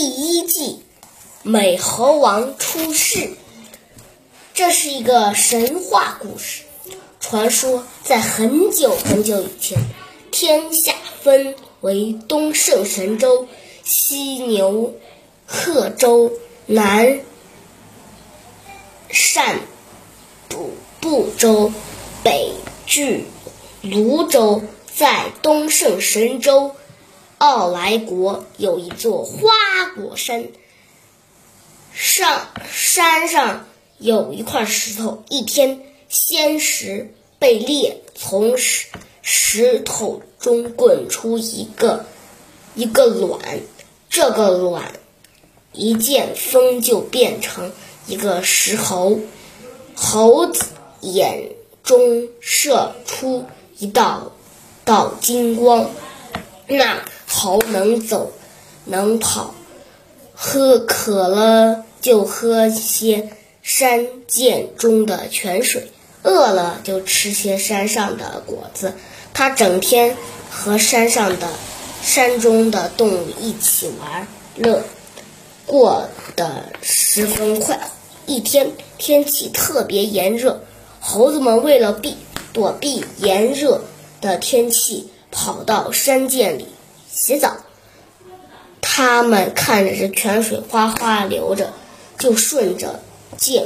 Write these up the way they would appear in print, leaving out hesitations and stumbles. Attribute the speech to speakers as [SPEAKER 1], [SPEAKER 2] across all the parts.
[SPEAKER 1] 第1季美猴王出世。这是一个神话故事。传说在很久很久以前，天下分为东胜神州、西牛贺州、南赡部洲、北据泸州。在东胜神州奥莱国有一座花果山，山上有一块石头。一天，仙石被裂，从石头中滚出一个卵，这个卵一见风就变成一个石猴。猴子眼中射出一道金光，那猴能走能跑，渴了就喝些山涧中的泉水，饿了就吃些山上的果子。他整天和山中的动物一起玩乐，过得十分快活。一天，天气特别炎热，猴子们为了躲避炎热的天气，跑到山涧里洗澡。他们看着这泉水哗哗流着，就顺着涧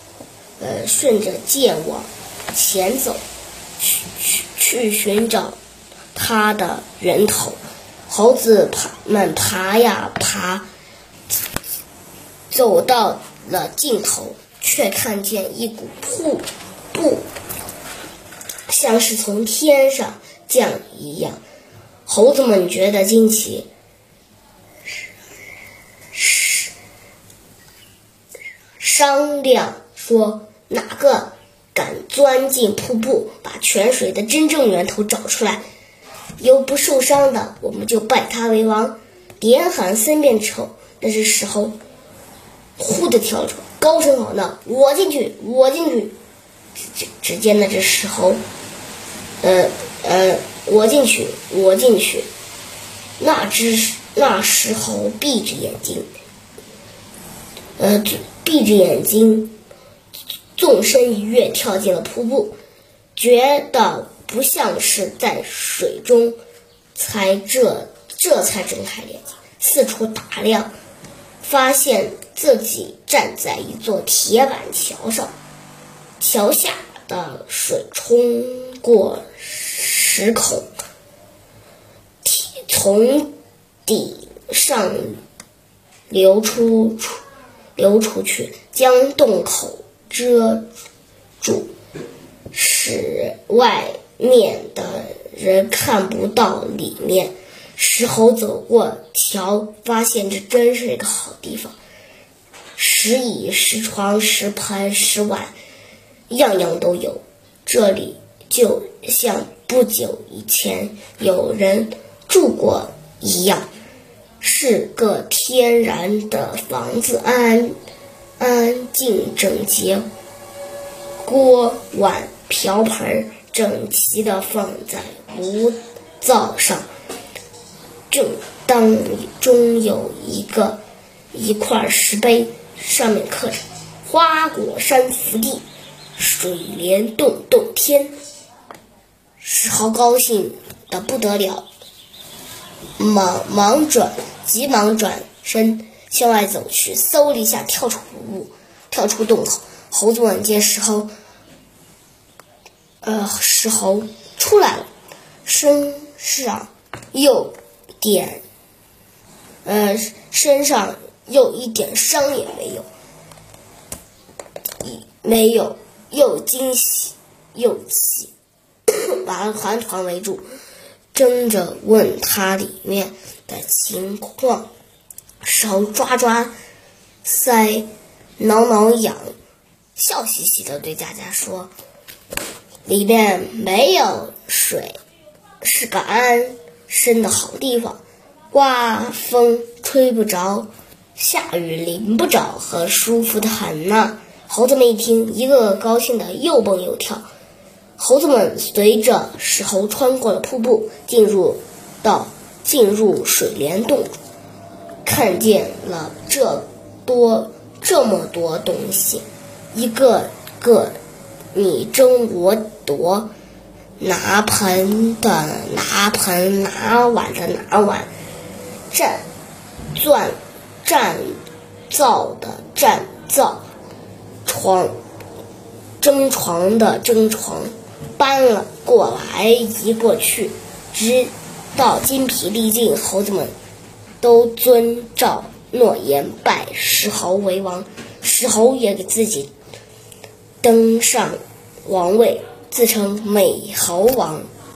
[SPEAKER 1] 往前走，去寻找它的源头。猴子们爬呀爬，走到了尽头，却看见一股瀑布，像是从天上降一样。猴子们觉得惊奇，商量说，哪个敢钻进瀑布，把泉水的真正源头找出来，有不受伤的，我们就拜他为王。连喊3遍之后，那只石猴忽地跳出，高声吼道：“我进去，我进去！”只见那只石猴，我进去，我进去。那石猴闭着眼睛，纵身一跃，跳进了瀑布，觉得不像是在水中，这才睁开眼睛，四处打量，发现自己站在一座铁板桥上，桥下的水冲过石孔，从底上流出去，将洞口遮住，使外面的人看不到里面。石猴走过桥，发现这真是一个好地方，石椅、石床、石盘、石碗，样样都有。这里就像不久以前有人住过一样，是个天然的房子，安静整洁，锅碗瓢盆整齐地放在炉灶上。正当中有一块石碑，上面刻着“花果山福地，水帘洞洞天”。石猴高兴得不得了，急忙转身向外走去，嗖的一下跳出洞口。猴子们见石猴出来了，身上又一点伤也没有，又惊喜又气，把团团围住，争着问他里面的情况。石猴抓腮，挠痒，笑嘻嘻地对大家说，里面没有水，是个安身的好地方，刮风吹不着，下雨淋不着，和舒服的很呢。猴子们一听，一个个高兴的又蹦又跳。猴子们随着石猴穿过了瀑布，进入水帘洞，看看见了这么多东西，一个个你争我夺，拿盆的拿盆，拿碗的拿碗，站灶的站灶，争床的争床，搬了过来移过去，直到筋疲力尽，猴子们都遵照诺言拜石猴为王。石猴也给自己登上王位，自称美猴王。